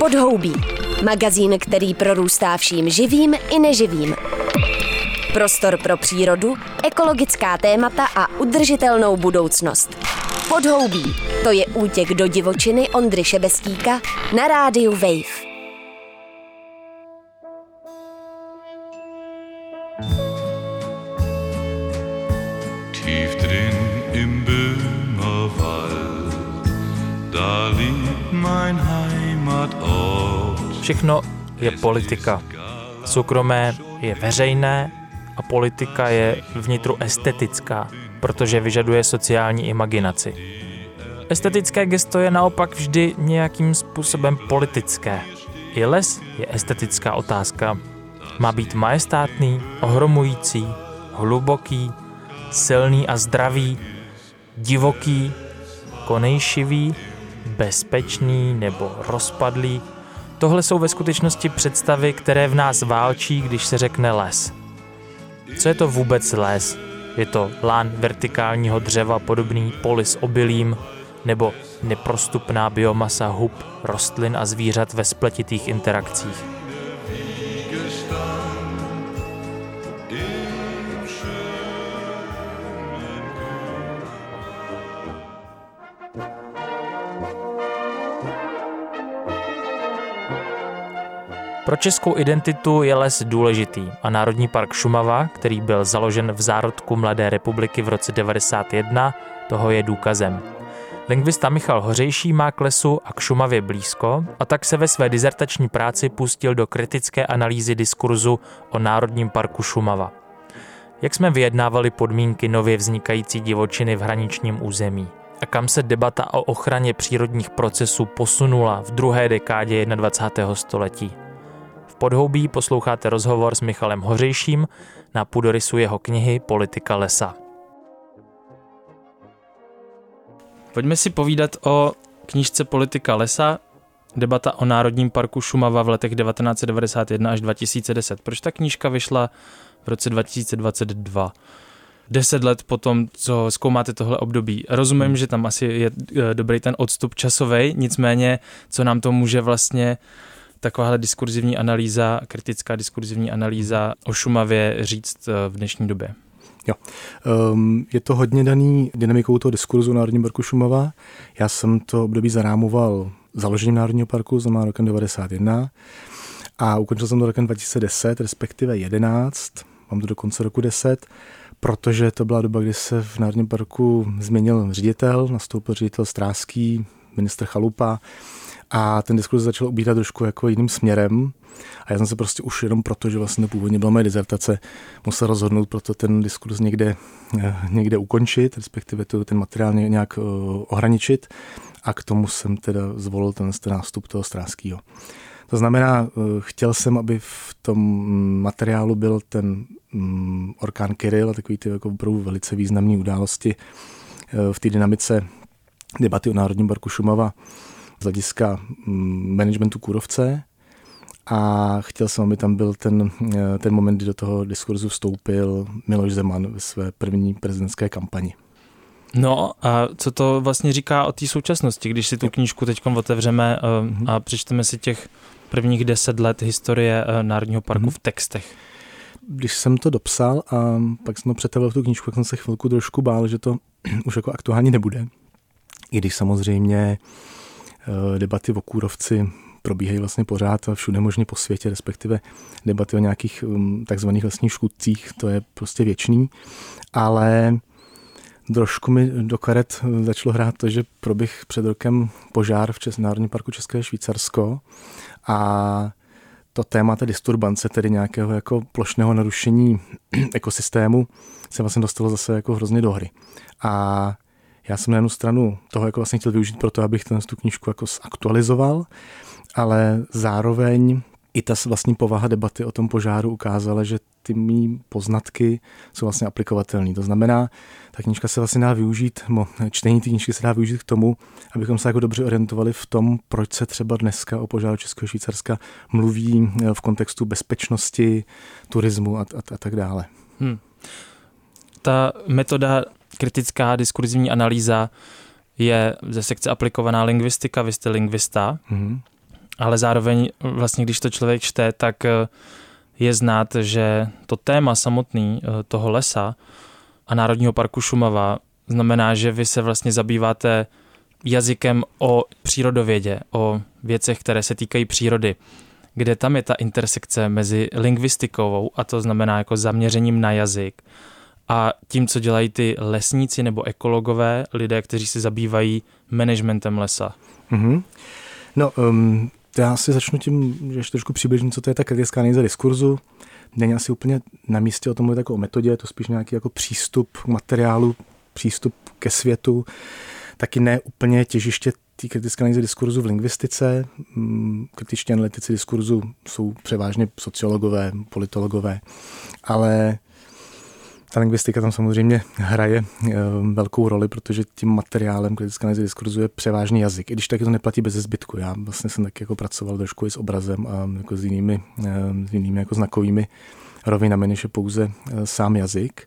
Podhoubí. Magazín, který prorůstá vším živým i neživým. Prostor pro přírodu, ekologická témata a udržitelnou budoucnost. Podhoubí. To je útěk do divočiny Ondry Šebestíka na rádiu Wave. Tief drin im Böhmerwald, da liegt mein Heimatort. Všechno je politika. Soukromé je veřejné a politika je vnitru estetická, protože vyžaduje sociální imaginaci. Estetické gesto je naopak vždy nějakým způsobem politické. I les je estetická otázka. Má být majestátný, ohromující, hluboký, silný a zdravý, divoký, konejšivý, bezpečný nebo rozpadlý. Tohle jsou ve skutečnosti představy, které v nás válčí, když se řekne les. Co je to vůbec les? Je to lán vertikálního dřeva podobný poli s obilím nebo neprostupná biomasa hub, rostlin a zvířat ve spletitých interakcích? Pro českou identitu je les důležitý a Národní park Šumava, který byl založen v zárodku Mladé republiky v roce 1991, toho je důkazem. Lingvista Michal Hořejší má k lesu a k Šumavě blízko a tak se ve své dizertační práci pustil do kritické analýzy diskurzu o Národním parku Šumava. Jak jsme vyjednávali podmínky nově vznikající divočiny v hraničním území? A kam se debata o ochraně přírodních procesů posunula v druhé dekádě 21. století? V Podhoubí posloucháte rozhovor s Michalem Hořejším na půdorysu jeho knihy Politika lesa. Pojďme si povídat o knížce Politika lesa, debata o Národním parku Šumava v letech 1991 až 2010. Proč ta knížka vyšla v roce 2022? 10 let potom, co zkoumáte tohle období. Rozumím, že tam asi je dobrý ten odstup časovej, nicméně, co nám to může vlastně takováhle diskurzivní analýza, kritická diskurzivní analýza o Šumavě říct v dnešní době? Jo. Je to hodně daný dynamikou toho diskurzu Národního parku Šumava. Já jsem to období zarámoval založením Národního parku, znamená rokem 1991 a ukončil jsem to rokem 2010, respektive 11, mám to do konce roku 10, protože to byla doba, kdy se v Národním parku změnil ředitel, nastoupil ředitel Stráský, ministr Chalupa a ten diskurs začal ubírat trošku jako jiným směrem. A já jsem se prostě už jenom proto, že vlastně původně byla moje dizertace, musel rozhodnout proto ten diskurs někde ukončit, respektive ten materiál nějak ohraničit a k tomu jsem teda zvolil ten nástup toho Stráskýho. To znamená, chtěl jsem, aby v tom materiálu byl ten orkán Kyrill a takový ty jako opravdu velice významné události v té dynamice debaty o Národním parku Šumava z hlediska managementu kůrovce. A chtěl jsem, aby tam byl ten moment, kdy do toho diskurzu vstoupil Miloš Zeman ve své první prezidentské kampani. No a co to vlastně říká o té současnosti, když si tu knížku teď otevřeme a přečteme si těch prvních 10 let historie Národního parku v textech? Když jsem to dopsal a pak jsem to přetavil v tu knížku, tak jsem se chvilku trošku bál, že to už jako aktuálně nebude. I když samozřejmě debaty o kůrovci probíhají vlastně pořád a všude možně po světě, respektive debaty o nějakých takzvaných lesních škůdcích, to je prostě věčný, ale trošku mi do karet začalo hrát to, že proběh před rokem požár v Národním parku České Švýcarsko a to téma té disturbance, tedy nějakého jako plošného narušení ekosystému, se vlastně dostalo zase jako hrozně do hry. A já jsem na jednu stranu toho jako vlastně chtěl využít pro to, abych tu knížku jako zaktualizoval, ale zároveň i ta vlastní povaha debaty o tom požáru ukázala, že ty mý poznatky jsou vlastně aplikovatelné. To znamená, ta knížka se vlastně dá využít, čtení té knížky se dá využít k tomu, abychom se jako dobře orientovali v tom, proč se třeba dneska o požáru Českého Švýcarska mluví v kontextu bezpečnosti, turismu a tak dále. Ta metoda kritická diskurzivní analýza je ze sekce aplikovaná lingvistika, vy jste lingvista. ale zároveň vlastně, když to člověk čte, tak je znát, že to téma samotný toho lesa a Národního parku Šumava znamená, že vy se vlastně zabýváte jazykem o přírodovědě, o věcech, které se týkají přírody, kde tam je ta intersekce mezi lingvistikou, a to znamená jako zaměřením na jazyk, a tím, co dělají ty lesníci nebo ekologové, lidé, kteří se zabývají managementem lesa. Mm-hmm. No, já si začnu tím, že ještě trošku přibližím, co to je ta kritická analýza diskurzu. Není asi úplně na místě o tom mluvit jako o metodě, je to spíš nějaký jako přístup k materiálu, přístup ke světu, taky ne úplně těžiště té kritické analýzy diskurzu v lingvistice. Kritičtí analytici diskurzu jsou převážně sociologové, politologové, ale ta lingvistika tam samozřejmě hraje velkou roli, protože tím materiálem kritické analýzy diskurzu je převážný jazyk. I když taky to neplatí bez zbytku. Já vlastně jsem taky jako pracoval trošku i s obrazem a jako s jinými jako znakovými rovinami, než je pouze sám jazyk.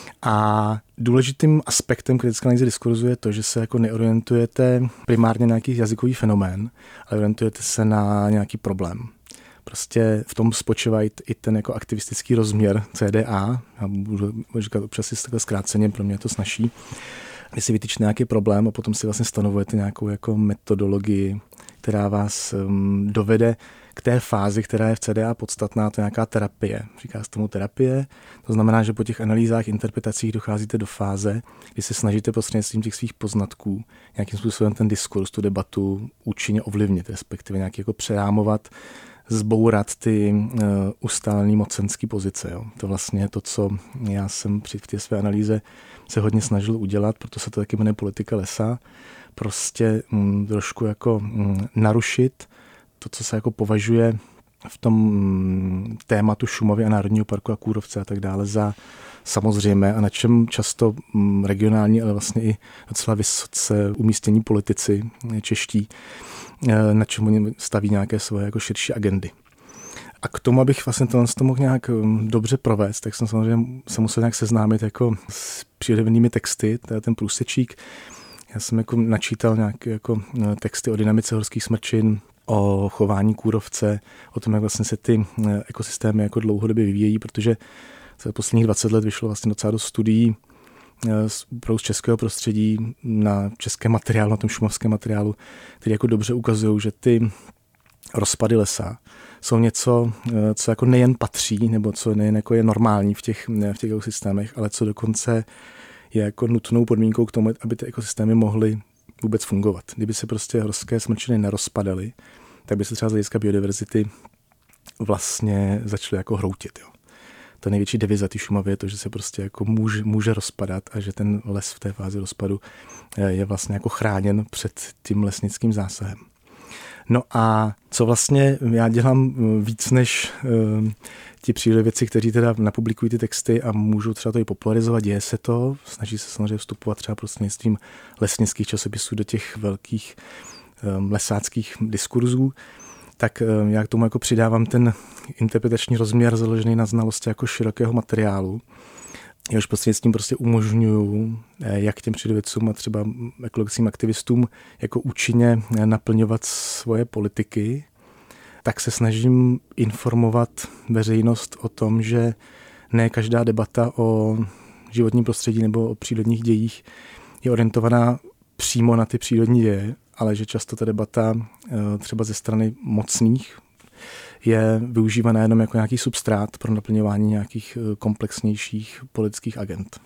A důležitým aspektem kritické analýzy diskurzu je to, že se jako neorientujete primárně na nějaký jazykový fenomén, ale orientujete se na nějaký problém. Prostě v tom spočívá i ten jako aktivistický rozměr CDA, já budu říkat občas si takhle zkráceně, pro mě je to snazší, kdy si vytyčíte nějaký problém a potom si vlastně stanovujete nějakou jako metodologii, která vás dovede k té fázi, která je v CDA podstatná, to je nějaká terapie. Říká se tomu terapie, to znamená, že po těch analýzách, interpretacích docházíte do fáze, kdy se snažíte prostřednictvím těch svých poznatků nějakým způsobem ten diskurs, tu debatu účinně ovlivnit, respektive nějak jako přerámovat, zbourat ty ustálené mocenské pozice. Jo. To vlastně je to, co já jsem v té své analýze se hodně snažil udělat, proto se to taky jmenuje politika lesa. Prostě trošku jako narušit to, co se jako považuje v tom tématu Šumavy a Národního parku a kůrovce a tak dále za samozřejmé a na čem často regionální, ale vlastně i docela vysoce umístění politici čeští, na čem oni staví nějaké svoje jako širší agendy. A k tomu, abych vlastně to mohl nějak dobře provést, tak jsem samozřejmě se musel nějak seznámit jako s přírodovědnými texty, to je ten průsečík. Já jsem jako načítal nějaké jako texty o dynamice horských smrčin, o chování kůrovce, o tom, jak vlastně se ty ekosystémy jako dlouhodobě vyvíjejí, protože za posledních 20 let vyšlo vlastně docela dost studií z českého prostředí na českém materiálu, na tom šumavském materiálu, který jako dobře ukazují, že ty rozpady lesa jsou něco, co jako nejen patří, nebo co nejen jako je normální v těch ekosystémech, ale co dokonce je jako nutnou podmínkou k tomu, aby ty ekosystémy mohly vůbec fungovat. Kdyby se prostě horské smrčiny nerozpadaly, tak by se třeba z hlediska biodiverzity vlastně začaly jako hroutit. Jo. Ta největší deviza té Šumavy je to, že se prostě jako může rozpadat a že ten les v té fázi rozpadu je vlastně jako chráněn před tím lesnickým zásahem. No a co vlastně já dělám víc než ti přírodovědci, kteří teda napublikují ty texty a můžou třeba to i popularizovat, děje se to, snaží se samozřejmě vstupovat třeba prostřednictvím lesnických časopisů do těch velkých lesáckých diskurzů, tak já k tomu jako přidávám ten interpretační rozměr založený na znalosti jako širokého materiálu, jehož prostřednictvím prostě umožňuju jak těm přírodovědcům a třeba ekologickým aktivistům jako účinně naplňovat svoje politiky, tak se snažím informovat veřejnost o tom, že ne každá debata o životním prostředí nebo o přírodních dějích je orientovaná přímo na ty přírodní děje, ale že často ta debata třeba ze strany mocných je využívaná jenom jako nějaký substrát pro naplňování nějakých komplexnějších politických agend.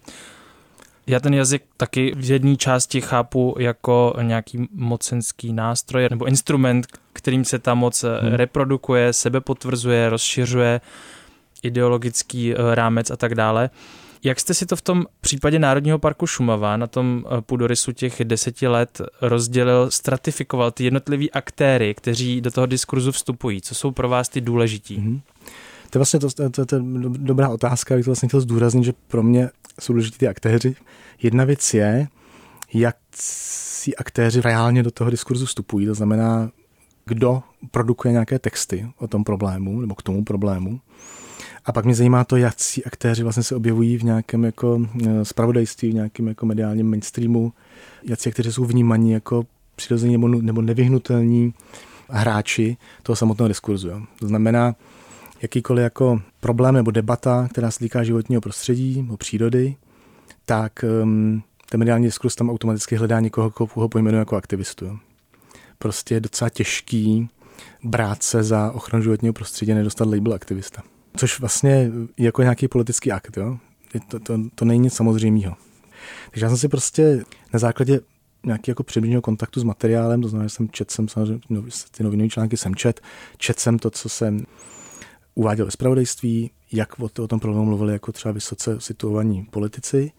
Já ten jazyk taky v jedné části chápu jako nějaký mocenský nástroj nebo instrument, kterým se ta moc reprodukuje, sebepotvrzuje, rozšiřuje ideologický rámec a tak dále. Jak jste si to v tom případě Národního parku Šumava na tom půdorysu těch 10 let rozdělil, stratifikoval ty jednotlivý aktéry, kteří do toho diskurzu vstupují? Co jsou pro vás ty důležití? To je vlastně to je dobrá otázka, bych to vlastně chtěl zdůraznit, že pro mě jsou důležití ty aktéři. Jedna věc je, jak si aktéři reálně do toho diskurzu vstupují, to znamená, kdo produkuje nějaké texty o tom problému nebo k tomu problému. A pak mě zajímá to, jakcí aktéři vlastně se objevují v nějakém jako zpravodajství, v nějakém jako mediálním mainstreamu, jakcí aktéři jsou vnímaní jako přirození nebo nevyhnutelní hráči toho samotného diskurzu. Jo. To znamená, jakýkoliv jako problém nebo debata, která se týká životního prostředí nebo přírody, tak ten mediální diskurs tam automaticky hledá někoho, koho pojmenuje jako aktivistu. Jo. Prostě je docela těžký brát se za ochranu životního prostředí a nedostat label aktivista. Což vlastně je jako nějaký politický akt. Jo. To není nic samozřejmého. Takže já jsem si prostě na základě nějaký jako přibližného kontaktu s materiálem, to znamená, že jsem samozřejmě ty novinové články četl jsem to, co jsem uváděl ve zpravodajství, jak o tom problému mluvili jako třeba vysoce situovaní politici,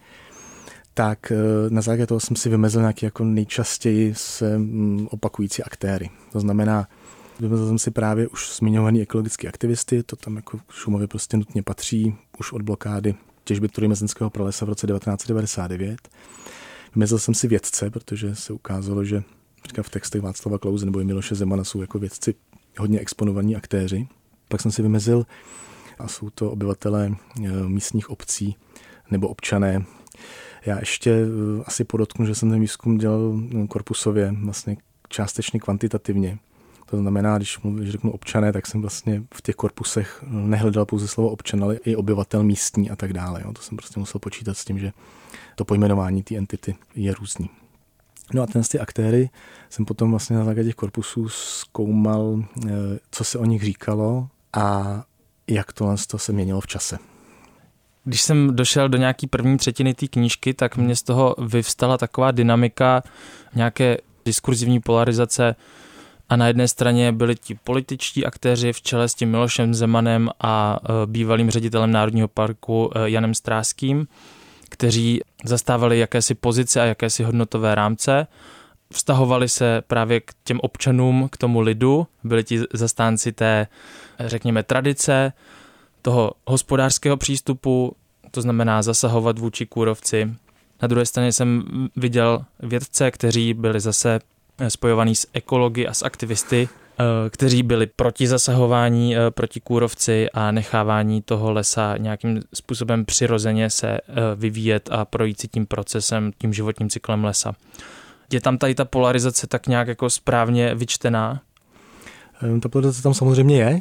tak na základě toho jsem si vymezil nějaký jako nejčastěji se opakující aktéry. To znamená, vymezil jsem si právě už zmiňovaný ekologický aktivisty, to tam jako v Šumavě prostě nutně patří už od blokády těžby Turýmezenského pralesa v roce 1999. Vymezil jsem si vědce, protože se ukázalo, že v textech Václava Klause nebo Miloše Zemana jsou jako vědci hodně exponovaní aktéři. Pak jsem si vymezil, a jsou to obyvatelé místních obcí nebo občané. Já ještě asi podotknu, že jsem ten výzkum dělal korpusově, vlastně částečně kvantitativně. To znamená, když řeknu občané, tak jsem vlastně v těch korpusech nehledal pouze slovo občan, ale i obyvatel místní a tak dále. Jo. To jsem prostě musel počítat s tím, že to pojmenování té entity je různý. No a ty aktéry jsem potom vlastně na základě těch korpusů zkoumal, co se o nich říkalo a jak to se měnilo v čase. Když jsem došel do nějaký první třetiny té knížky, tak mě z toho vyvstala taková dynamika nějaké diskurzivní polarizace a na jedné straně byli ti političtí aktéři v čele s tím Milošem Zemanem a bývalým ředitelem Národního parku Janem Stráským, kteří zastávali jakési pozice a jakési hodnotové rámce. Vztahovali se právě k těm občanům, k tomu lidu, byli ti zastánci té, řekněme, tradice, toho hospodářského přístupu, to znamená zasahovat vůči kůrovci. Na druhé straně jsem viděl vědce, kteří byli zase spojovaní s ekology a s aktivisty, kteří byli proti zasahování proti kůrovci a nechávání toho lesa nějakým způsobem přirozeně se vyvíjet a projít si tím procesem, tím životním cyklem lesa. Je tam tady ta polarizace tak nějak jako správně vyčtená? Ta polarizace tam samozřejmě je,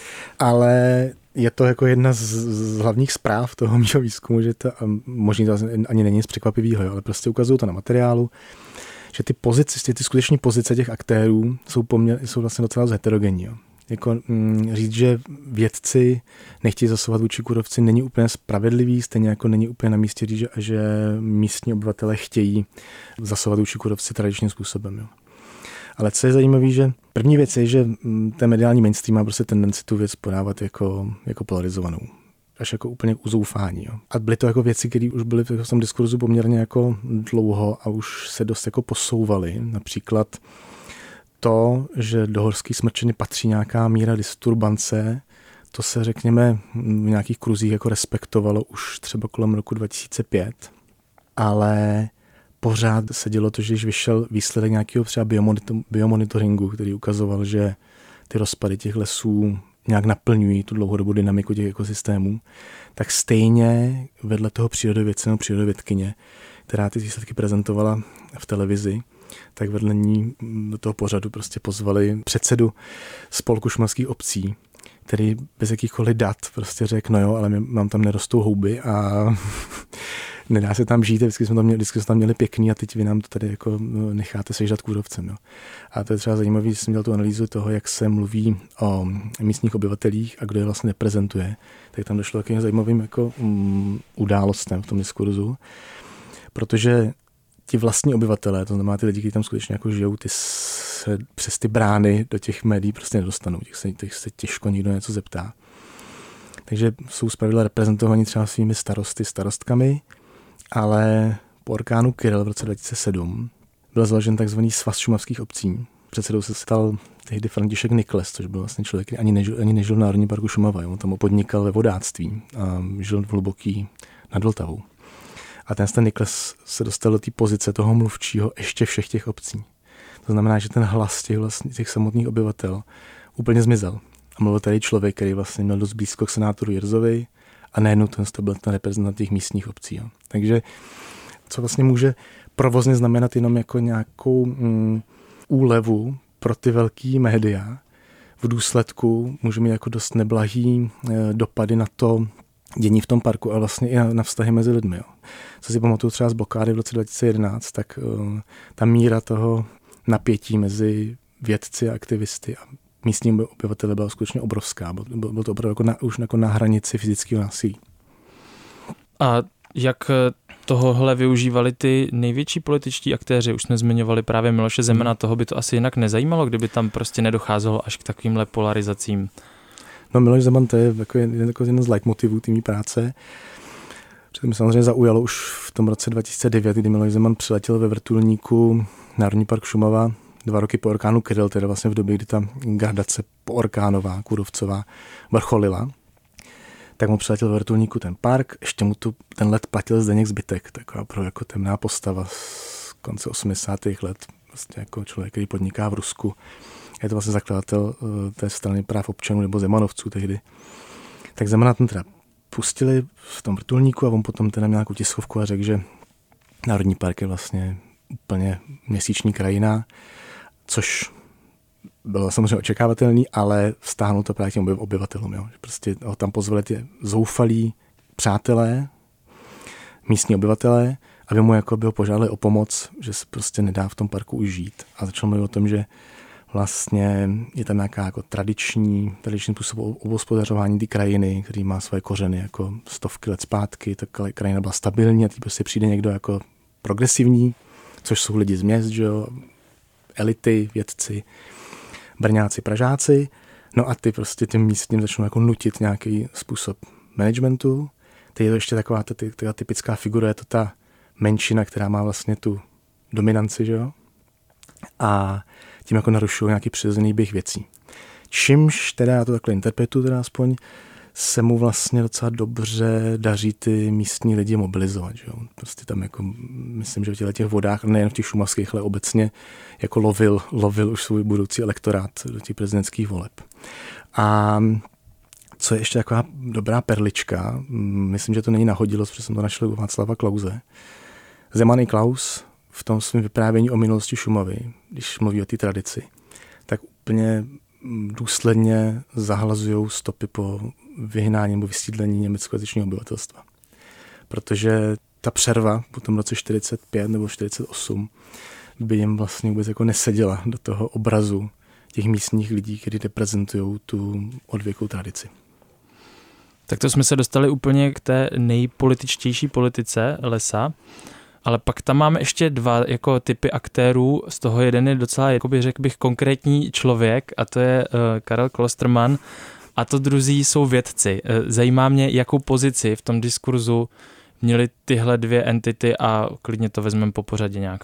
ale je to jako jedna z hlavních zpráv toho mého výzkumu, že to možná to ani není nic překvapivého, ale prostě ukazují to na materiálu, že ty pozice, ty skutečné pozice těch aktérů jsou vlastně docela heterogenní. Jo. Jako říct, že vědci nechtějí zasahovat vůči kůrovci, není úplně spravedlivý, stejně jako není úplně na místě říct, že místní obyvatelé chtějí zasahovat vůči kůrovci tradičním způsobem. Jo. Ale co je zajímavé, že první věc je, že ten mediální mainstream má prostě tendenci tu věc podávat jako polarizovanou. Až jako úplně k uzoufání. Jo. A byly to jako věci, které už byly v tom diskurzu poměrně jako dlouho a už se dost jako posouvaly. Například to, že do horské smrčiny patří nějaká míra disturbance, to se řekněme v nějakých kruzích jako respektovalo už třeba kolem roku 2005, ale pořád se dělo to, že když vyšel výsledek nějakého třeba biomonitoringu, který ukazoval, že ty rozpady těch lesů nějak naplňují tu dlouhodobou dynamiku těch ekosystémů, tak stejně vedle toho přírodovědce nebo přírodovědkyně, která ty výsledky prezentovala v televizi, tak vedle ní do toho pořadu prostě pozvali předsedu spolku šumavských obcí, který bez jakýchkoliv dat prostě řekl, no jo, ale mám tam nerostou houby a nedá se tam žít, vždycky jsme tam měli pěkný a teď vy nám to tady jako necháte sežrat kůrovcem. Jo. A to je třeba zajímavé, že jsem dělal tu analýzu toho, jak se mluví o místních obyvatelích a kdo je vlastně reprezentuje, tak tam došlo takovým zajímavým jako událostem v tom diskurzu, protože ti vlastní obyvatelé, to znamená ty lidi, kteří tam skutečně jako žijou, ty se přes ty brány do těch médií prostě nedostanou, těch se těžko nikdo něco zeptá. Takže jsou zpravidla reprezentovaní třeba svými starostkami, ale po orkánu Kyrill v roce 2007 byl založen takzvaný Svaz šumavských obcí. Předsedou se stal tehdy František Nikles, což byl vlastně člověk, který ani nežil v Národním parku Šumava. On tam podnikal ve vodáctví a žil v hluboký nad Vltavou. A ten Nikles se dostal do té pozice toho mluvčího ještě všech těch obcí. To znamená, že ten hlas těch samotných obyvatel úplně zmizel. A mluvil tady člověk, který vlastně měl dost blízko k senátoru Jirzovi a nejednou to byl ten reprezentant těch místních obcí. Jo. Takže co vlastně může provozně znamenat jenom jako nějakou úlevu pro ty velký média v důsledku může mít jako dost neblahý dopady na to dění v tom parku a vlastně i na vztahy mezi lidmi. Jo. Co si pamatuju třeba z blokády v roce 2011, tak ta míra toho napětí mezi vědci a aktivisty a místními obyvateli byla skutečně obrovská. Bylo to opravdu už na hranici fyzického násilí. A jak tohohle využívali ty největší političtí aktéři? Už jsme zmiňovali právě Miloše Zemana, toho by to asi jinak nezajímalo, kdyby tam prostě nedocházelo až k takovýmhle polarizacím. No Miloš Zeman, to je jako jeden z leitmotivů té mý práce. To mě samozřejmě zaujalo už v tom roce 2009, kdy Miloš Zeman přiletěl ve vrtulníku Národní park Šumava 2 roky po orkánu Kyrill, teda vlastně v době, kdy ta gradace poorkánová, kůrovcová, vrcholila. Tak mu přiletěl ve vrtulníku ten park, ještě mu ten let platil Zdeněk Zbytek, taková opravdu jako temná postava z konce 80. let, vlastně jako člověk, který podniká v Rusku. Je to vlastně zakladatel té strany práv občanů nebo Zemanovců tehdy. Tak Zemana ten teda pustili v tom vrtulníku a on potom teda měl nějakou tiskovku a řekl, že Národní park je vlastně úplně měsíční krajina, což bylo samozřejmě očekávatelný, ale vztáhnul to právě těm obyvatelům. Jo. Prostě ho tam pozvali ty zoufalí přátelé, místní obyvatelé, aby mu jako by ho požádali o pomoc, že se prostě nedá v tom parku už žít. A začal mluvit o tom, že vlastně je tam nějaká jako tradiční způsob obhospodařování té krajiny, který má svoje kořeny jako stovky let zpátky, ta krajina byla stabilní a teď prostě přijde někdo jako progresivní, což jsou lidi z měst, že jo, elity, vědci, Brňáci, Pražáci, no a ty prostě tím místním začnou jako nutit nějaký způsob managementu. Teď je to ještě taková ta typická figura, je to ta menšina, která má vlastně tu dominanci, že jo, a tím jako narušují nějaký přirozený běh věcí. Čímž teda, já to takhle interpretuji teda aspoň, se mu vlastně docela dobře daří ty místní lidi mobilizovat. Že jo? Prostě tam jako, myslím, že v těch vodách, nejen v těch šumavských, ale obecně jako lovil už svůj budoucí elektorát do těch prezidentských voleb. A co je ještě taková dobrá perlička, myslím, že to není nahodilost, protože jsem to našel u Václava Klause. Zeman i Klaus v tom svém vyprávění o minulosti Šumavy, když mluví o té tradici, tak úplně důsledně zahlazují stopy po vyhnání nebo vysídlení německojazyčného obyvatelstva. Protože ta přerva po tom roce 45 nebo 48 by jim vlastně vůbec jako neseděla do toho obrazu těch místních lidí, kteří reprezentují tu odvěkou tradici. Tak to jsme se dostali úplně k té nejpolitičtější politice lesa, ale pak tam máme ještě 2 jako typy aktérů, z toho jeden je docela, jakoby řekl bych, konkrétní člověk a to je Karel Klostermann a to druzí jsou vědci. Zajímá mě, jakou pozici v tom diskurzu měly tyhle 2 entity a klidně to vezmeme po pořadě nějak.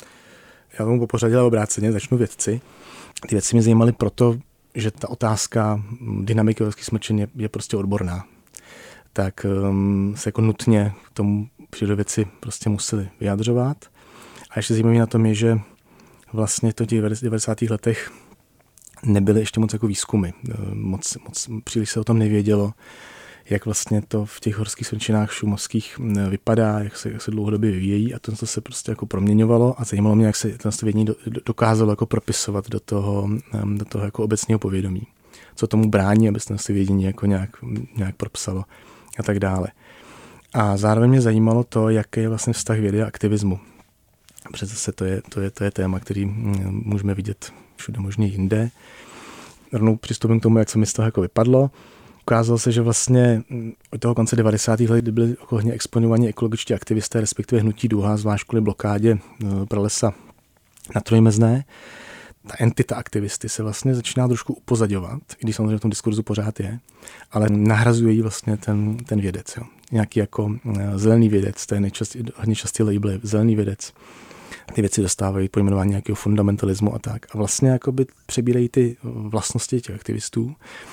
Já vám po pořadě, ale obráceně začnu vědci. Ty vědci mě zajímaly proto, že ta otázka dynamiky horských smrčin je prostě odborná. Tak se jako nutně k tomu přírodovědci prostě museli vyjadřovat. A ještě zajímavé na tom je, že vlastně v těch 90. letech nebyly ještě moc jako výzkumy. Moc příliš se o tom nevědělo, jak vlastně to v těch horských smrčinách šumavských vypadá, jak se dlouhodobě vyvíjejí a to se prostě jako proměňovalo a zajímalo mě, jak se to vědění dokázalo jako propisovat do toho jako obecného povědomí. Co tomu brání, aby se to vědění jako nějak propsalo a tak dále. A zároveň mě zajímalo to, jaký je vlastně vztah vědy a aktivismu. Protože zase to je téma, který můžeme vidět všude možně jinde. Rovnou přistoupím k tomu, jak se mi z toho jako vypadlo. Ukázalo se, že vlastně od toho konce 90. let, kdy byli hodně exponovaní ekologičtí aktivisté, respektive hnutí Duha, zvlášť kvůli blokádě pralesa na Trojmezné, ta entita aktivisty se vlastně začíná trošku upozaďovat, i když samozřejmě v tom diskurzu pořád je, ale nahrazuje jí vlastně ten vědec. Jo. Nějaký jako zelený vědec, to je hodně častý label, zelený vědec. Ty věci dostávají pojmenování nějakého fundamentalismu a tak. A vlastně jakoby přebírají ty vlastnosti těch aktivistů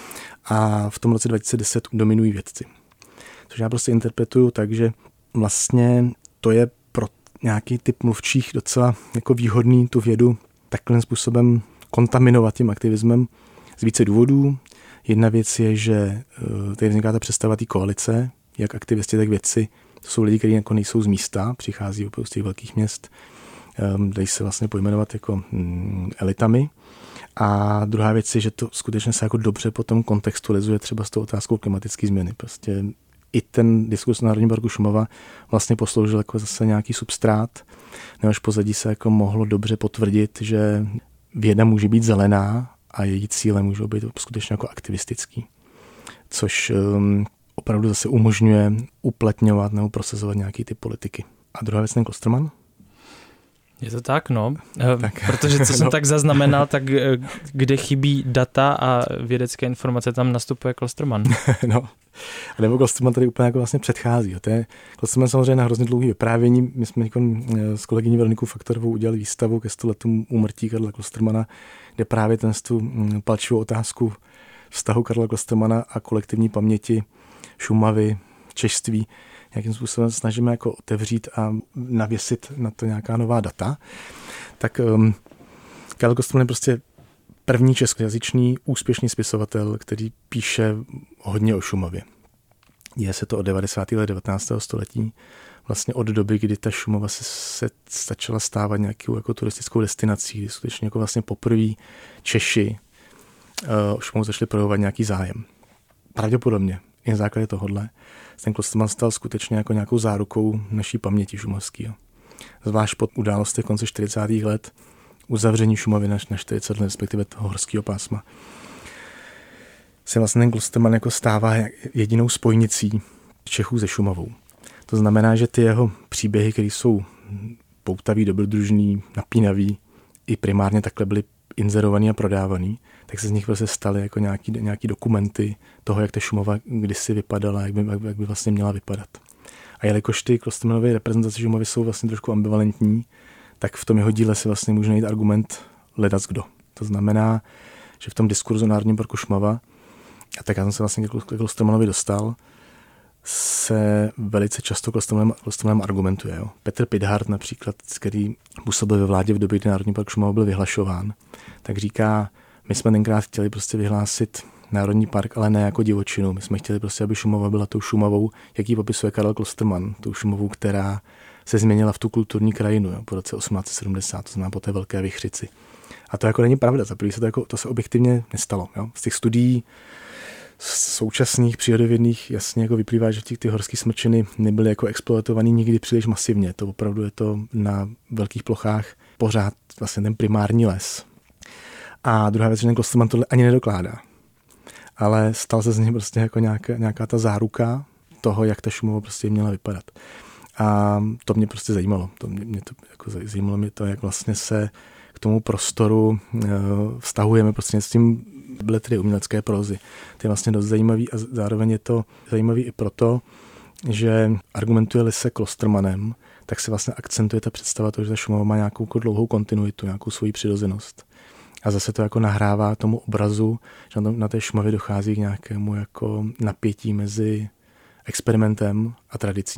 a v tom roce 2010 dominují vědci. Což já prostě interpretuju tak, že vlastně to je pro nějaký typ mluvčích docela jako výhodný tu vědu takovým způsobem kontaminovat tím aktivismem z více důvodů. Jedna věc je, že tady vzniká ta představa té koalice, jak aktivisti, tak vědci. To jsou lidi, kteří jako nejsou z místa, přichází opravdu z těch velkých měst, dají se vlastně pojmenovat jako elitami. A druhá věc je, že to skutečně se jako dobře potom kontextualizuje třeba s tou otázkou klimatické změny. Prostě i ten diskurs o Národním parku Šumava vlastně posloužil jako zase nějaký substrát, než pozadí se jako mohlo dobře potvrdit, že věda může být zelená a její cíle můžou být skutečně jako aktivistický. Což opravdu zase umožňuje uplatňovat nebo prosazovat nějaký ty politiky. A druhá věc, ten Klostermann? Je to tak, no. Protože co jsem tak zaznamenal, tak kde chybí data a vědecké informace, tam nastupuje Klostermann. No, a nebo Klostermann tady úplně jako vlastně předchází. To je Klostermann samozřejmě na hrozně dlouhý vyprávění. My jsme s kolegyní Veronikou Faktorovou udělali výstavu ke 100 letům úmrtí Karla Klostermanna, kde právě tu palčivou otázku vztahu Karla Klostermanna a kolektivní paměti Šumavy, češství nějakým způsobem snažíme jako otevřít a navěsit na to nějaká nová data. Tak Karel Klostermann je prostě první českojazyčný úspěšný spisovatel, který píše hodně o Šumavě. Děje se to od 90. let 19. století, vlastně od doby, kdy ta Šumava se začala stávat nějakou jako turistickou destinací, kdy skutečně jako vlastně poprvé Češi o Šumavu začali projevovat nějaký zájem. Pravděpodobně i na základě tohohle ten Klostermann stal skutečně jako nějakou zárukou naší paměti šumavského. Zvlášť po událostech konce 40. let, uzavření Šumavy na 40 let, respektive toho horského pásma, se vlastně ten Klostermann jako stává jedinou spojnicí Čechů se Šumavou. To znamená, že ty jeho příběhy, které jsou poutavý, dobrodružný, napínavý, i primárně takhle byly inzerovaný a prodávaný, tak se z nich prostě staly jako nějaký dokumenty toho, jak ta Šumava kdysi vypadala, jak by vlastně měla vypadat. A jelikož ty Klostermannovy reprezentace Šumavy jsou vlastně trošku ambivalentní, tak v tom jeho díle si vlastně může najít argument ledackdo. To znamená, že v tom diskurzu Národním parku Šumava, a tak já jsem se vlastně k Klostermannovi dostal, se velice často Klostermannem argumentuje. Jo. Petr Pithart například, který působil ve vládě v době, kdy Národní park Šumava byl vyhlašován, tak říká, my jsme tenkrát chtěli prostě vyhlásit Národní park, ale ne jako divočinu. My jsme chtěli prostě, aby Šumava byla tou Šumavou, jaký popisuje Karel Klostermann, tou Šumavou, která se změnila v tu kulturní krajinu, jo, po roce 1870, to znamená po té velké vichřici. A to jako není pravda, za první to se objektivně nestalo. Jo. Z těch studií současných přírodovědných jasně jako vyplývá, že ty horské smrčiny nebyly jako exploatovaný nikdy příliš masivně. To opravdu je to na velkých plochách pořád vlastně ten primární les. A druhá věc, že ten Klostermann tohle ani nedokládá. Ale stal se z něj prostě jako nějaká ta záruka toho, jak ta Šumava prostě měla vypadat. A to mě prostě zajímalo. Zajímalo mě to, jak vlastně se k tomu prostoru vztahujeme prostřednictvím beletrie umělecké prózy. To je vlastně dost zajímavý a zároveň je to zajímavý i proto, že argumentuje-li se Klostermannem, tak se vlastně akcentuje ta představa toho, že ta Šumava má nějakou dlouhou kontinuitu, nějakou svoji přirozenost. A zase to jako nahrává tomu obrazu, že na té Šumavě dochází k nějakému jako napětí mezi experimentem a tradicí.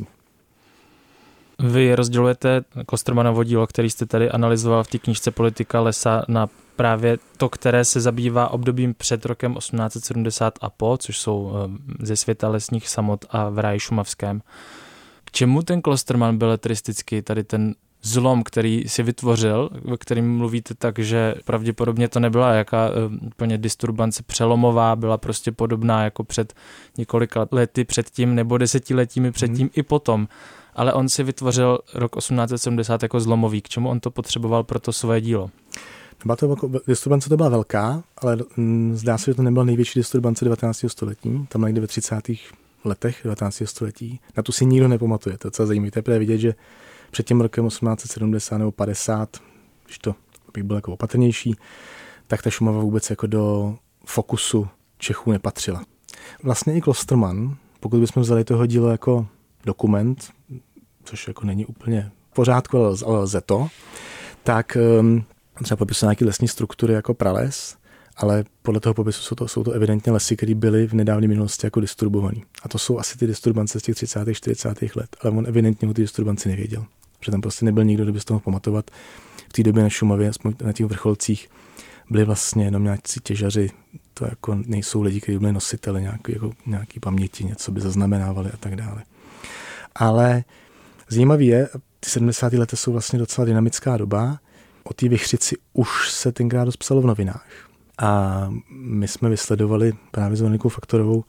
Vy rozdělujete Klostermannovo dílo, který jste tady analyzoval v té knížce Politika lesa, na právě to, které se zabývá obdobím před rokem 1870 a po, což jsou ze světa lesních samot a v ráji šumavském. K čemu ten Klostermann beletristicky, tady ten zlom, který si vytvořil, ve kterým mluvíte tak, že pravděpodobně to nebyla jaká úplně disturbance přelomová, byla prostě podobná jako před několika lety předtím nebo desetiletími předtím i potom. Ale on si vytvořil rok 1870 jako zlomový. K čemu on to potřeboval pro to svoje dílo? Disturbance to byla velká, ale zdá se, že to nebyla největší disturbance 19. století. Tam někde ve 30. letech 19. století. Na tu si nikdo nepamatuje. To je celé zajímavé. To je vidět, že před tím rokem 1870 nebo 50, když to bych byl jako opatrnější, tak ta Šumava vůbec jako do fokusu Čechů nepatřila. Vlastně i Klostermann, pokud bychom vzali toho dílo jako dokument, což jako není úplně v pořádku, ale lze to, tak třeba popisuje nějaké lesní struktury jako prales, ale podle toho popisu jsou to evidentně lesy, které byly v nedávné minulosti jako disturbované. A to jsou asi ty disturbance z těch 30. 40. let, ale on evidentně o ty disturbanci nevěděl. Protože tam prostě nebyl nikdo, kdo by z toho pamatovat. V té době na Šumavě, aspoň na těch vrcholcích, byli vlastně jenom nějací těžaři. To jako nejsou lidi, kteří byli nositeli nějaký paměti, něco by zaznamenávali a tak dále. Ale zajímavý je, Ty 70. lety jsou vlastně docela dynamická doba. O té Vichřici už se tenkrát dost psalo v novinách. A my jsme vysledovali právě s Veronikou Faktorovou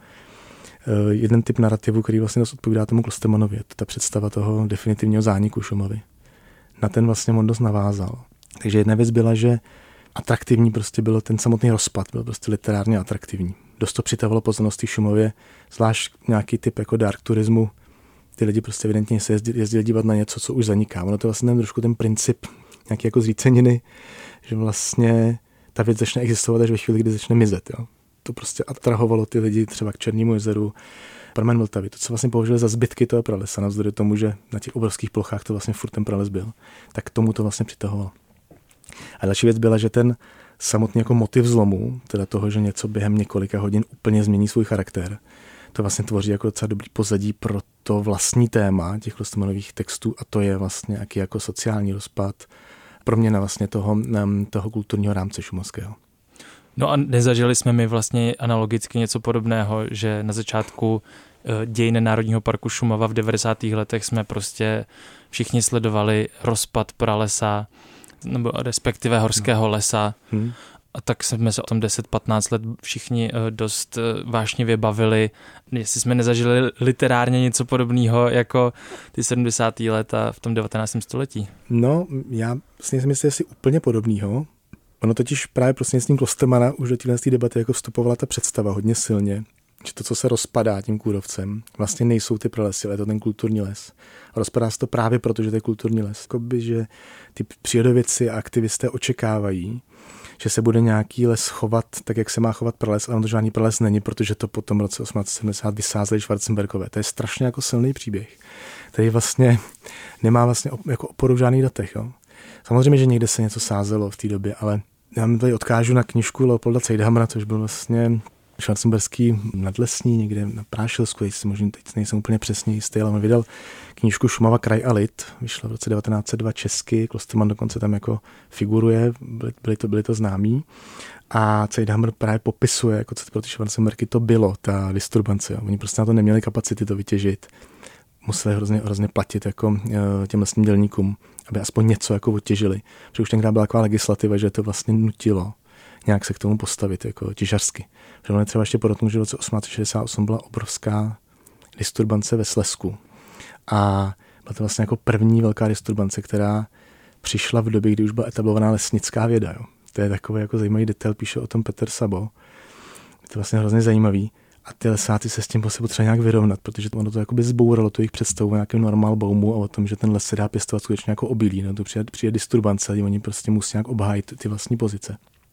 jeden typ narrativu, který vlastně dost odpovídá tomu Klostermanovi. Je to ta představa toho definitivního zániku Šumavy. Na ten vlastně on dost navázal. Takže jedna věc byla, že atraktivní prostě bylo ten samotný rozpad, byl prostě literárně atraktivní. Dost to přitahovalo pozornost v Šumavě, zvlášť nějaký typ jako dark turismu. Ty lidi prostě evidentně se jezdili dívat na něco, co už zaniká. Ono to vlastně trošku ten princip nějaký jako zříceniny, že vlastně ta věc začne existovat až ve chvíli, kdy začne mizet. Jo. To prostě atrahovalo ty lidi třeba k Černému jezeru, pramen Vltavy. To, co vlastně použili za zbytky toho pralesa, navzdory tomu, že na těch obrovských plochách to vlastně furt ten prales byl, tak k tomu to vlastně přitahovalo. A další věc byla, že ten samotný jako motiv zlomu, teda toho, že něco během několika hodin úplně změní svůj charakter, to vlastně tvoří jako docela dobrý pozadí pro to vlastní téma těch Klostermanových textů a to je vlastně jaký jako sociální rozpad, proměna vlastně toho kulturního rámce šumavského. No a nezažili jsme my vlastně analogicky něco podobného, že na začátku dějin Národního parku Šumava v 90. letech jsme prostě všichni sledovali rozpad pralesa, nebo respektive horského lesa. A tak jsme se o tom 10-15 let všichni dost vášnivě bavili. Jestli jsme nezažili literárně něco podobného jako ty 70. léta v tom 19. století. No, já vlastně si myslím, jestli úplně podobného. Ono totiž právě prostřednictvím Klostermana už do téhle debaty jako vstupovala ta představa hodně silně, že to, co se rozpadá tím kůrovcem, vlastně nejsou ty pralesy, ale je to ten kulturní les. A rozpadá se to právě proto, že to je kulturní les. Jakoby, že ty přírodovědci a aktivisté očekávají, že se bude nějaký les chovat tak, jak se má chovat prales, ale on to žádný prales není, protože to po tom roce 1870 vysázeli Schwarzenbergové. To je strašně jako silný příběh, který vlastně nemá vlastně jako oporu v žádných datech. Jo. Samozřejmě, že někde se něco sázelo v té době, ale já mi tady odkážu na knížku Leopolda Zeidhamera, což byl vlastně schwarzenberský nadlesní někde na Prášilsku, jestli možná teď nejsem úplně přesně jistý, ale on vydal knížku Šumava, kraj a lid, vyšla v roce 1902 česky, Klosterman dokonce tam jako figuruje, byli to známí. A Zeidhammer právě popisuje, jako co pro ty Schwarzenbergy to bylo, ta disturbance. Oni prostě na to neměli kapacity to vytěžit. Museli hrozně platit jako těm lesním dělníkům, aby aspoň něco jako odtěžili. Protože už tenkrát byla taková legislativa, že to vlastně nutilo nějak se k tomu postavit jako těžařsky. Protože on je třeba ještě podotknout, že v roce 1868 byla obrovská disturbance ve Slezsku. A byla to vlastně jako první velká disturbance, která přišla v době, kdy už byla etablovaná lesnická věda. Jo. To je takový jako zajímavý detail, píše o tom Petr Sabo. Je to vlastně hrozně zajímavý. A ty lesáci se s tím potřeba nějak vyrovnat, protože ono to jakoby zbouralo tu jejich představu o nějakém normál baumu a o tom, že ten les se dá pěstovat skutečně jako obilí. No to přijde disturbance, a oni prostě musí nějak obhájit ty vlastní pozice.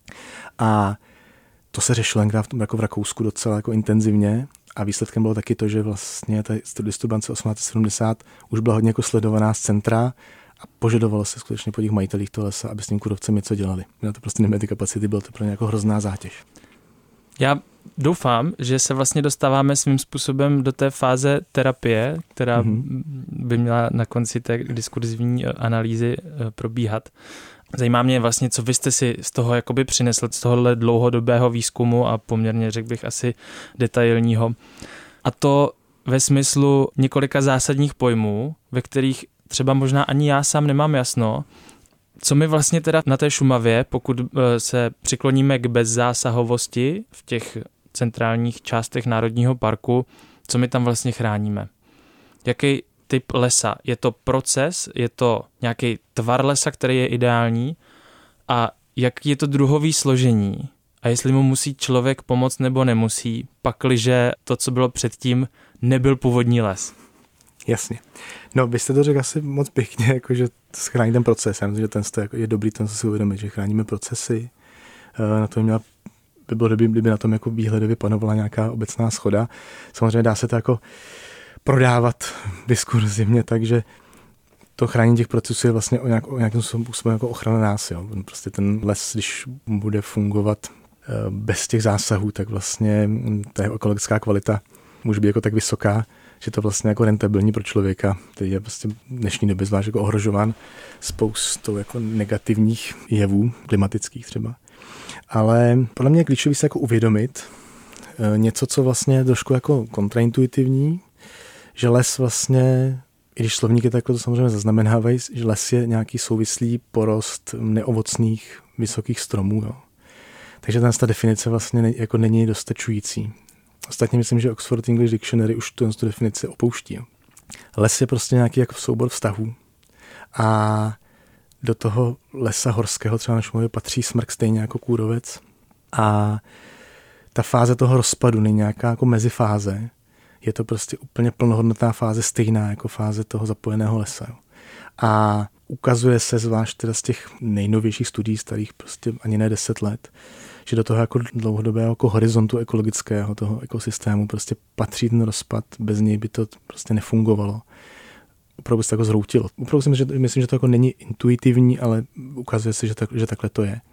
A to se řešilo jako v Rakousku docela jako intenzivně a výsledkem bylo taky to, že vlastně ta disturbance 1870 už byla hodně jako sledovaná z centra a požadovalo se skutečně po těch majitelích toho lesa, aby s tím kůrovcem něco dělali. Na to prostě neměli ty kapacity, bylo to pro ně jako hrozná zátěž. Já doufám, že se vlastně dostáváme svým způsobem do té fáze terapie, která by měla na konci té diskurzivní analýzy probíhat. Zajímá mě vlastně, co vy jste si z toho jakoby přinesl, z tohohle dlouhodobého výzkumu a poměrně, řekl bych, asi detailního. A to ve smyslu několika zásadních pojmů, ve kterých třeba možná ani já sám nemám jasno, co my vlastně teda na té Šumavě, pokud se přikloníme k bezzásahovosti v těch centrálních částech Národního parku, co my tam vlastně chráníme. Jaký typ lesa? Je to proces? Je to nějaký tvar lesa, který je ideální? A jaký je to druhový složení? A jestli mu musí člověk pomoct nebo nemusí, pakliže to, co bylo předtím, nebyl původní les? Jasně. No, byste to řekl asi moc pěkně, jako, že chrání ten proces. Já myslím, že ten je dobrý, ten si uvědomit, že chráníme procesy. Na to by bylo dobrý, kdyby na tom jako výhledově panovala nějaká obecná shoda. Samozřejmě dá se to jako prodávat diskurzivně, takže to chránění těch procesů je vlastně o nějakým způsobem jako ochrana nás. Jo. Prostě ten les, když bude fungovat bez těch zásahů, tak vlastně ta ekologická kvalita může být jako tak vysoká, že to vlastně jako rentabilní pro člověka, který je vlastně v dnešní době zvlášť jako ohrožován spoustou jako negativních jevů, klimatických třeba. Ale podle mě je klíčový se jako uvědomit něco, co vlastně je trošku jako kontraintuitivní, že les vlastně I když slovníky takhle to samozřejmě zaznamenávají, že les je nějaký souvislý porost neovocných vysokých stromů. Jo. Takže ta definice vlastně jako není dostačující. Ostatně myslím, že Oxford English Dictionary už tu definici opouští. Jo. Les je prostě nějaký jako soubor vztahů. A do toho lesa horského třeba na Šumavě patří smrk stejně jako kůrovec. A ta fáze toho rozpadu není nějaká jako mezifáze. Je to prostě úplně plnohodnotná fáze stejná jako fáze toho zapojeného lesa. Jo. A ukazuje se zvlášť teda z těch nejnovějších studií, starých prostě ani ne 10 let, že do toho jako dlouhodobého jako horizontu ekologického toho ekosystému prostě patří ten rozpad, bez něj by to prostě nefungovalo. Opravdu se to jako zhroutilo. Opravdu si myslím, že to jako není intuitivní, ale ukazuje se, že takhle to je.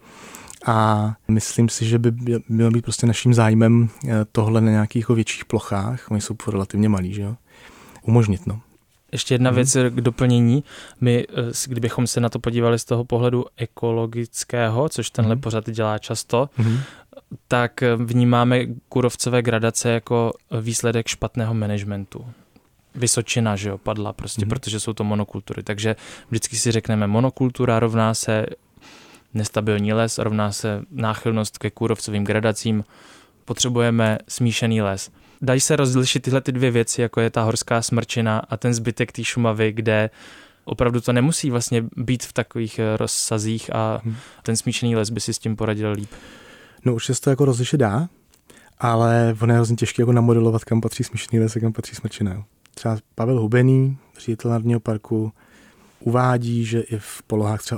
A myslím si, že by mělo být prostě naším zájmem tohle na nějakých jako větších plochách, oni jsou relativně malí, že jo, umožnit, no. Ještě jedna věc k doplnění. My, kdybychom se na to podívali z toho pohledu ekologického, což tenhle pořad dělá často, tak vnímáme kůrovcové gradace jako výsledek špatného managementu. Vysočina, že jo, padla prostě, protože jsou to monokultury. Takže vždycky si řekneme, monokultura rovná se nestabilní les, rovná se náchylnost ke kůrovcovým gradacím. Potřebujeme smíšený les. Dají se rozlišit tyhle ty dvě věci, jako je ta horská smrčina a ten zbytek té Šumavy, kde opravdu to nemusí vlastně být v takových rozsazích a ten smíšený les by si s tím poradil líp. No už se to jako rozlišit dá, ale ono je hrozně těžké jako namodelovat, kam patří smíšený les a kam patří smrčina. Třeba Pavel Hubený, ředitel Národního parku, uvádí, že i v polohách třeba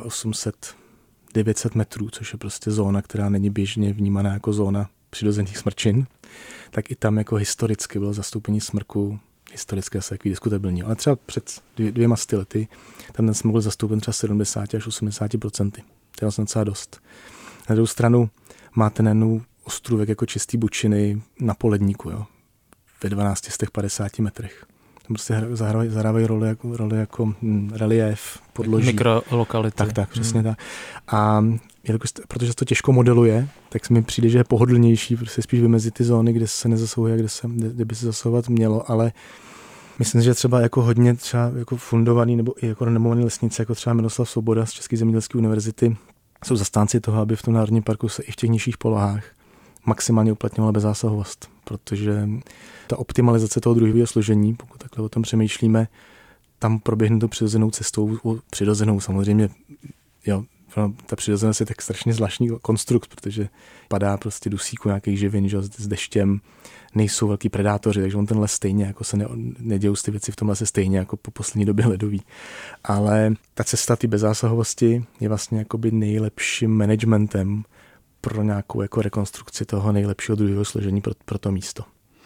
800-900 metrů, což je prostě zóna, která není běžně vnímaná jako zóna přirozených smrčin, tak i tam jako historicky bylo zastoupení smrku, historické se takový diskutabilní. Ale třeba před 200 lety tam ten smrk byl zastoupen třeba 70 až 80%. To je vlastně docela dost. Na druhou stranu máte najednou ostrůvek jako čistý bučiny na poledníku, jo, ve 1250 metrech. Tam prostě zahrávají roli jako relief, podloží. Mikrolokality. Tak, přesně tak. A protože se to těžko modeluje, tak se mi přijde, že je pohodlnější prostě spíš vymezit ty zóny, kde se nezasahuje, kde by se zasahovat mělo, ale myslím, že třeba jako hodně třeba jako fundovaný nebo i jako renomovaný lesníci, jako třeba Miroslav Svoboda z České zemědělské univerzity, jsou zastánci toho, aby v tom národním parku se i v těch nižších polohách maximálně uplatňovala bezzásahovost, protože ta optimalizace toho druhového složení, pokud takhle o tom přemýšlíme, tam proběhne to přirozenou cestou, přirozenou samozřejmě, jo, ta přirozenost je tak strašně zvláštní konstrukt, protože padá prostě dusíku nějakých živin, že s deštěm, nejsou velký predátoři, takže on ten les stejně, jako se nedějou ty věci v tom lese stejně jako po poslední době ledový. Ale ta cesta té bezzásahovosti je vlastně jakoby nejlepším managementem pro nějakou jako rekonstrukci toho nejlepšího druhového složení pro to místo.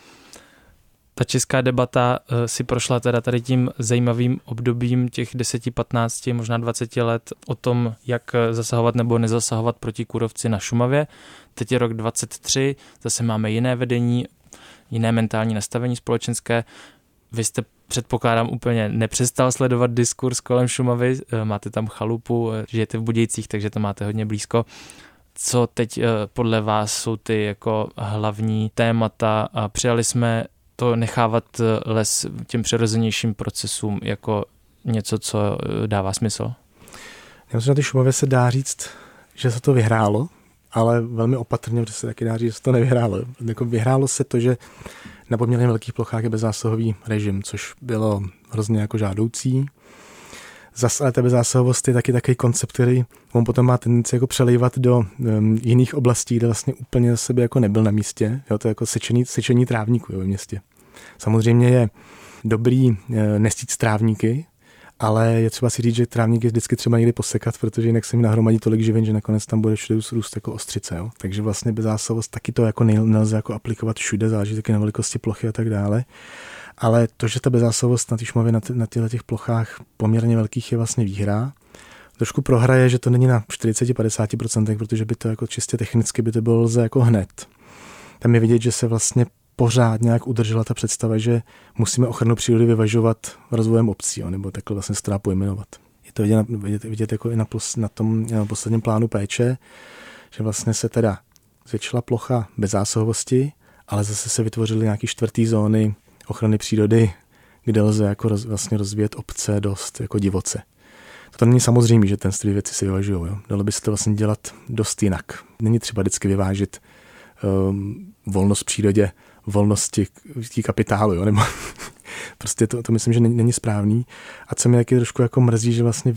Ta česká debata si prošla teda tady tím zajímavým obdobím těch 10, 15, možná 20 let o tom, jak zasahovat nebo nezasahovat proti kůrovci na Šumavě. Teď je rok 23, zase máme jiné vedení, jiné mentální nastavení společenské. Vy jste, předpokládám, úplně nepřestal sledovat diskurs kolem Šumavy, máte tam chalupu, žijete v Budějcích, takže to máte hodně blízko. Co teď podle vás jsou ty jako hlavní témata a přijali jsme to nechávat les těm přirozenějším procesům jako něco, co dává smysl? Já myslím, že na té Šumavě se dá říct, že se to vyhrálo, ale velmi opatrně, protože se taky dá říct, že se to nevyhrálo. Jako vyhrálo se to, že na poměrně velkých plochách je bezzásahový režim, což bylo hrozně jako žádoucí. Zase ale ta bezzásahovost je taky takový koncept, který on potom má tendenci jako přelejvat do jiných oblastí, kde vlastně úplně za sebe jako nebyl na místě. Jo, to je jako sečení trávníků ve městě. Samozřejmě je dobrý nestít trávníky, ale je třeba si říct, že trávník je vždycky třeba někdy posekat, protože jinak se mi nahromadí tolik živin, že nakonec tam bude všude růst jako ostřice. Jo. Takže vlastně bezzásahovost taky to jako nelze jako aplikovat všude, záleží taky na velikosti plochy a tak dále. Ale to, že ta bezzásahovost na té Šumavě na těch plochách poměrně velkých je vlastně výhra. Trošku prohraje, že to není na 40-50%, protože by to jako čistě technicky by to bylo lze jako hned. Tam je vidět, že se vlastně pořád nějak udržela ta představa, že musíme ochranu přírody vyvažovat rozvojem obcí, jo, nebo takhle vlastně se to dá pojmenovat. Je to vidět jako i na tom posledním plánu péče, že vlastně se teda zvětšila plocha bezzásahovosti, ale zase se vytvořily nějaké čtvrtý zóny ochrany přírody, kde lze jako vlastně rozvíjet obce dost jako divoce. To není samozřejmé, že ten dvě věci se vyvažují. Jo? Dalo by se to vlastně dělat dost jinak. Není třeba vždycky vyvážit volnost v přírodě, volnosti kapitálu, jo? Nebo prostě to myslím, že není správný. A co mě taky trošku jako mrzí, že vlastně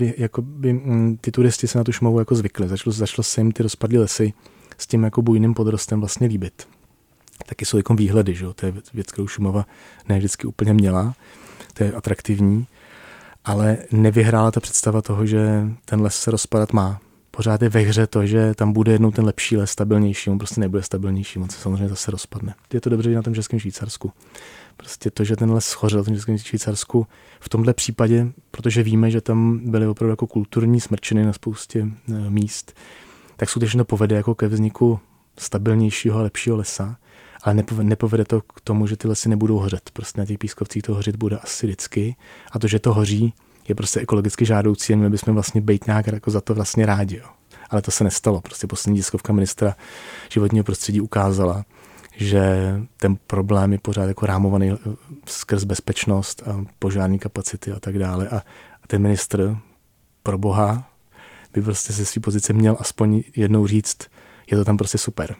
ty turisti se na tu Šumavu jako zvykli. Začalo se jim ty rozpadlé lesy s tím jako bujným podrostem vlastně líbit. Taky jsou jako výhledy, že jo? To je věc, kterou Šumava ne vždycky úplně měla. To je atraktivní. Ale nevyhrála ta představa toho, že ten les se rozpadat má. Pořád je ve hře to, že tam bude jednou ten lepší les, stabilnější, on prostě nebude stabilnější, on se samozřejmě zase rozpadne. Je to dobře i na tom Českém Švýcarsku. Prostě to, že ten les schořel v tom Českém Švýcarsku, v tomhle případě, protože víme, že tam byly opravdu jako kulturní smrčiny na spoustě míst, tak skutečně to povede jako ke vzniku stabilnějšího a lepšího lesa, ale nepovede to k tomu, že ty lesy nebudou hořet. Prostě na těch pískovcích to hořit bude asi vždycky. A to, že to hoří, je prostě ekologicky žádoucí a my bychom vlastně být nějak jako za to vlastně rádi. Jo. Ale to se nestalo. Prostě poslední tiskovka ministra životního prostředí ukázala, že ten problém je pořád jako rámovaný skrz bezpečnost a požární kapacity a tak dále. A ten ministr, pro boha, by prostě ze své pozice měl aspoň jednou říct, je to tam prostě super.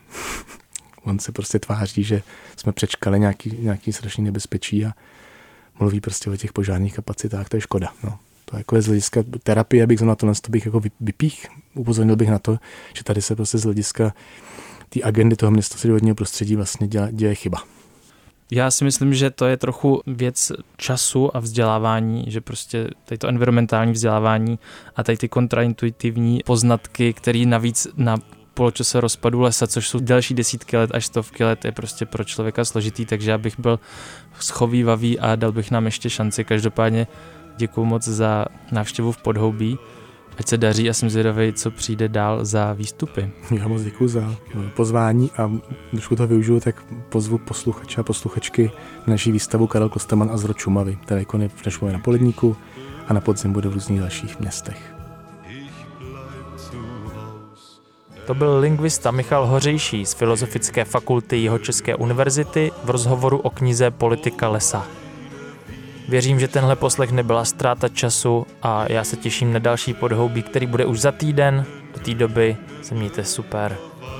On se prostě tváří, že jsme přečkali nějaký strašný nebezpečí a mluví prostě o těch požárních kapacitách, to je škoda. No. To jako je z hlediska terapie, abych na to bych jako vypích, upozornil bych na to, že tady se prostě z hlediska té agendy toho ministerstva životního prostředí vlastně děje chyba. Já si myslím, že to je trochu věc času a vzdělávání, že prostě tady to environmentální vzdělávání a tady ty kontraintuitivní poznatky, které navíc na poločase rozpadu lesa, což jsou další desítky let až stovky let, je prostě pro člověka složitý, takže já bych byl schovívavý a dal bych nám ještě šanci. Každopádně děkuju moc za návštěvu v Podhoubí. Ať se daří a jsem zvědavý, co přijde dál za výstupy. Já moc děkuju za pozvání a trošku to využiju, tak pozvu posluchače a posluchačky na naší výstavu Karel Klostermann a Zrod Šumavy, která je v Šumavě na Poledníku a na podzim bude v různých dalších městech. To byl lingvista Michal Hořejší z Filozofické fakulty Jihočeské univerzity v rozhovoru o knize Politika lesa. Věřím, že tenhle poslech nebyla ztráta času a já se těším na další Podhoubí, který bude už za týden. Do té doby se mějte super.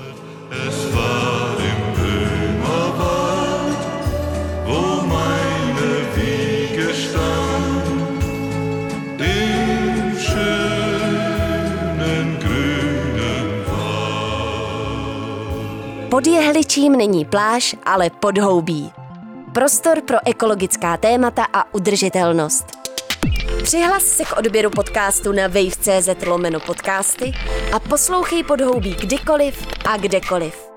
Pod Jehličím není pláž, ale podhoubí. Prostor pro ekologická témata a udržitelnost. Přihlas se k odběru podcastu na wave.cz/podcasty a poslouchej Podhoubí kdykoliv a kdekoliv.